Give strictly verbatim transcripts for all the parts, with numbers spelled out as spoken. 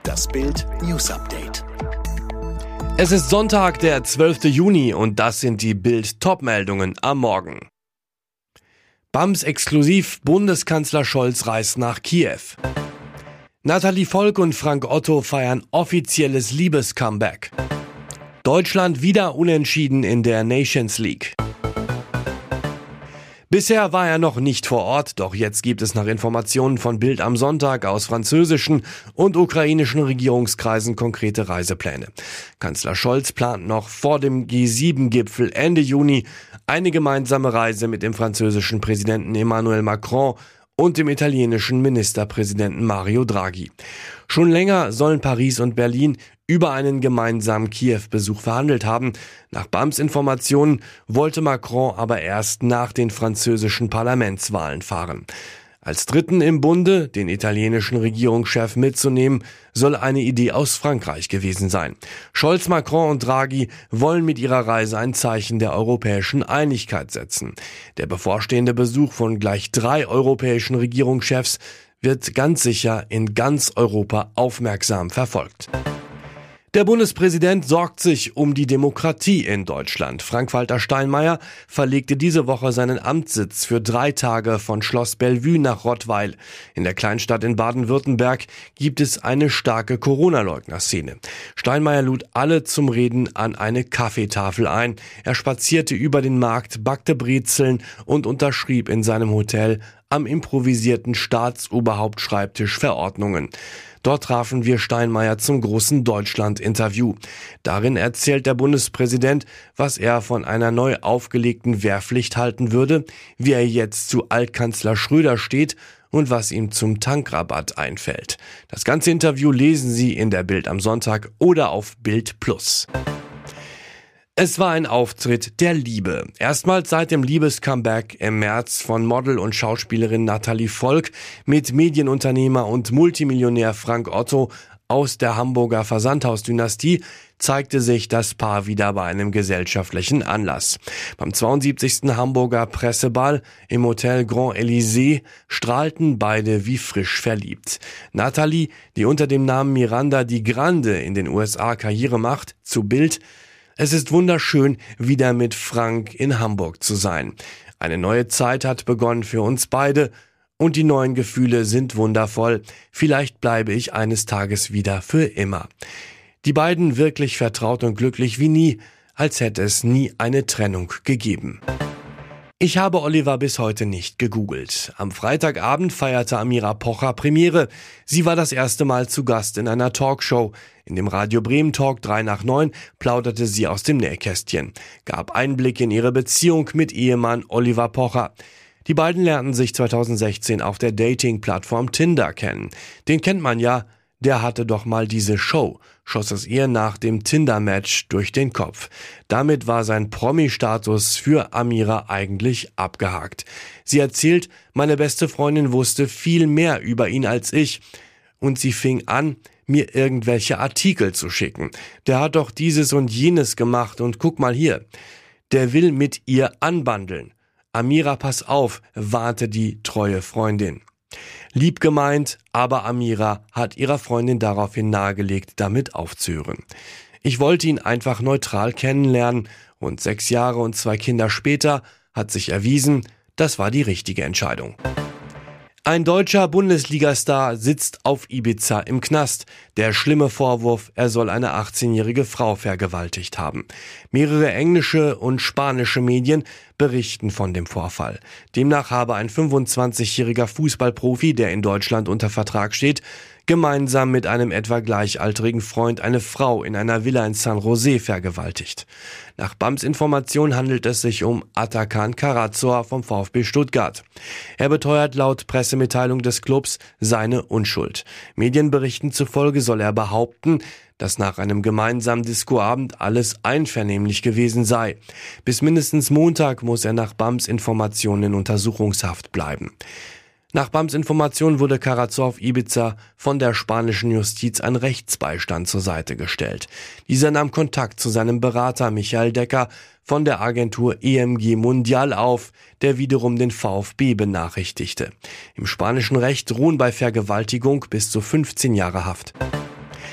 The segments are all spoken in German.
Das Bild News Update. Es ist Sonntag, der zwölfte Juni und das sind die Bild-Top-Meldungen am Morgen. B A M S exklusiv, Bundeskanzler Scholz reist nach Kiew. Nathalie Volk und Frank Otto feiern offizielles Liebes-Comeback. Deutschland wieder unentschieden in der Nations League. Bisher war er noch nicht vor Ort, doch jetzt gibt es nach Informationen von Bild am Sonntag aus französischen und ukrainischen Regierungskreisen konkrete Reisepläne. Kanzler Scholz plant noch vor dem G sieben Gipfel Ende Juni eine gemeinsame Reise mit dem französischen Präsidenten Emmanuel Macron und dem italienischen Ministerpräsidenten Mario Draghi. Schon länger sollen Paris und Berlin über einen gemeinsamen Kiew-Besuch verhandelt haben. Nach B A M S-Informationen wollte Macron aber erst nach den französischen Parlamentswahlen fahren. Als Dritten im Bunde, den italienischen Regierungschef mitzunehmen, soll eine Idee aus Frankreich gewesen sein. Scholz, Macron und Draghi wollen mit ihrer Reise ein Zeichen der europäischen Einigkeit setzen. Der bevorstehende Besuch von gleich drei europäischen Regierungschefs wird ganz sicher in ganz Europa aufmerksam verfolgt. Der Bundespräsident sorgt sich um die Demokratie in Deutschland. Frank-Walter Steinmeier verlegte diese Woche seinen Amtssitz für drei Tage von Schloss Bellevue nach Rottweil. In der Kleinstadt in Baden-Württemberg gibt es eine starke Corona-Leugner-Szene. Steinmeier lud alle zum Reden an eine Kaffeetafel ein. Er spazierte über den Markt, backte Brezeln und unterschrieb in seinem Hotel am improvisierten Staatsoberhaupt-Schreibtisch Verordnungen. Dort trafen wir Steinmeier zum großen Deutschland-Interview. Darin erzählt der Bundespräsident, was er von einer neu aufgelegten Wehrpflicht halten würde, wie er jetzt zu Altkanzler Schröder steht und was ihm zum Tankrabatt einfällt. Das ganze Interview lesen Sie in der Bild am Sonntag oder auf Bild Plus. Es war ein Auftritt der Liebe. Erstmals seit dem Liebes-Comeback im März von Model und Schauspielerin Nathalie Volk mit Medienunternehmer und Multimillionär Frank Otto aus der Hamburger Versandhaus-Dynastie zeigte sich das Paar wieder bei einem gesellschaftlichen Anlass. Beim zweiundsiebzigsten Hamburger Presseball im Hotel Grand Elysée strahlten beide wie frisch verliebt. Nathalie, die unter dem Namen Miranda die Grande in den U S A Karriere macht, zu Bild: Es ist wunderschön, wieder mit Frank in Hamburg zu sein. Eine neue Zeit hat begonnen für uns beide und die neuen Gefühle sind wundervoll. Vielleicht bleibe ich eines Tages wieder für immer. Die beiden wirklich vertraut und glücklich wie nie, als hätte es nie eine Trennung gegeben. Ich habe Oliver bis heute nicht gegoogelt. Am Freitagabend feierte Amira Pocher Premiere. Sie war das erste Mal zu Gast in einer Talkshow. In dem Radio Bremen Talk drei nach neun plauderte sie aus dem Nähkästchen, gab Einblick in ihre Beziehung mit Ehemann Oliver Pocher. Die beiden lernten sich zweitausendsechzehn auf der Dating-Plattform Tinder kennen. Den kennt man ja. Der hatte doch mal diese Show, schoss es ihr nach dem Tinder-Match durch den Kopf. Damit war sein Promi-Status für Amira eigentlich abgehakt. Sie erzählt, meine beste Freundin wusste viel mehr über ihn als ich. Und sie fing an, mir irgendwelche Artikel zu schicken. Der hat doch dieses und jenes gemacht und guck mal hier. Der will mit ihr anbandeln. Amira, pass auf, warnte die treue Freundin. Lieb gemeint, aber Amira hat ihrer Freundin daraufhin nahegelegt, damit aufzuhören. Ich wollte ihn einfach neutral kennenlernen und sechs Jahre und zwei Kinder später hat sich erwiesen, das war die richtige Entscheidung. Ein deutscher Bundesligastar sitzt auf Ibiza im Knast. Der schlimme Vorwurf, er soll eine achtzehnjährige Frau vergewaltigt haben. Mehrere englische und spanische Medien berichten von dem Vorfall. Demnach habe ein fünfundzwanzigjähriger Fußballprofi, der in Deutschland unter Vertrag steht, gemeinsam mit einem etwa gleichaltrigen Freund eine Frau in einer Villa in San José vergewaltigt. Nach B A M S-Informationen handelt es sich um Atakan Karazor vom VfB Stuttgart. Er beteuert laut Pressemitteilung des Clubs seine Unschuld. Medienberichten zufolge soll er behaupten, dass nach einem gemeinsamen Discoabend alles einvernehmlich gewesen sei. Bis mindestens Montag muss er nach B A M S-Informationen in Untersuchungshaft bleiben. Nach B A M S-Informationen wurde Karazor auf Ibiza von der spanischen Justiz ein Rechtsbeistand zur Seite gestellt. Dieser nahm Kontakt zu seinem Berater Michael Decker von der Agentur E M G Mundial auf, der wiederum den VfB benachrichtigte. Im spanischen Recht drohen bei Vergewaltigung bis zu fünfzehn Jahre Haft.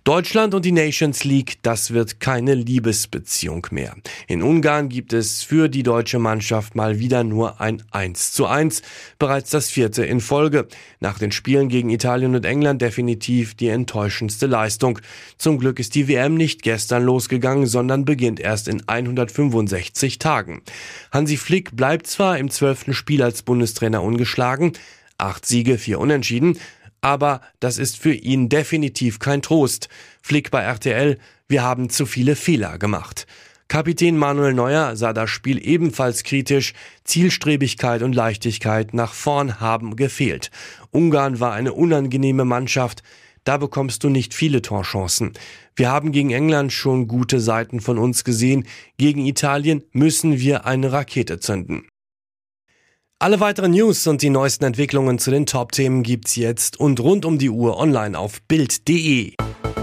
Deutschland und die Nations League, das wird keine Liebesbeziehung mehr. In Ungarn gibt es für die deutsche Mannschaft mal wieder nur ein eins zu eins, bereits das vierte in Folge. Nach den Spielen gegen Italien und England definitiv die enttäuschendste Leistung. Zum Glück ist die W M nicht gestern losgegangen, sondern beginnt erst in hundertfünfundsechzig Tagen. Hansi Flick bleibt zwar im zwölften Spiel als Bundestrainer ungeschlagen, acht Siege, vier Unentschieden, aber das ist für ihn definitiv kein Trost. Flick bei R T L: Wir haben zu viele Fehler gemacht. Kapitän Manuel Neuer sah das Spiel ebenfalls kritisch. Zielstrebigkeit und Leichtigkeit nach vorn haben gefehlt. Ungarn war eine unangenehme Mannschaft. Da bekommst du nicht viele Torchancen. Wir haben gegen England schon gute Seiten von uns gesehen. Gegen Italien müssen wir eine Rakete zünden. Alle weiteren News und die neuesten Entwicklungen zu den Top-Themen gibt's jetzt und rund um die Uhr online auf bild punkt de.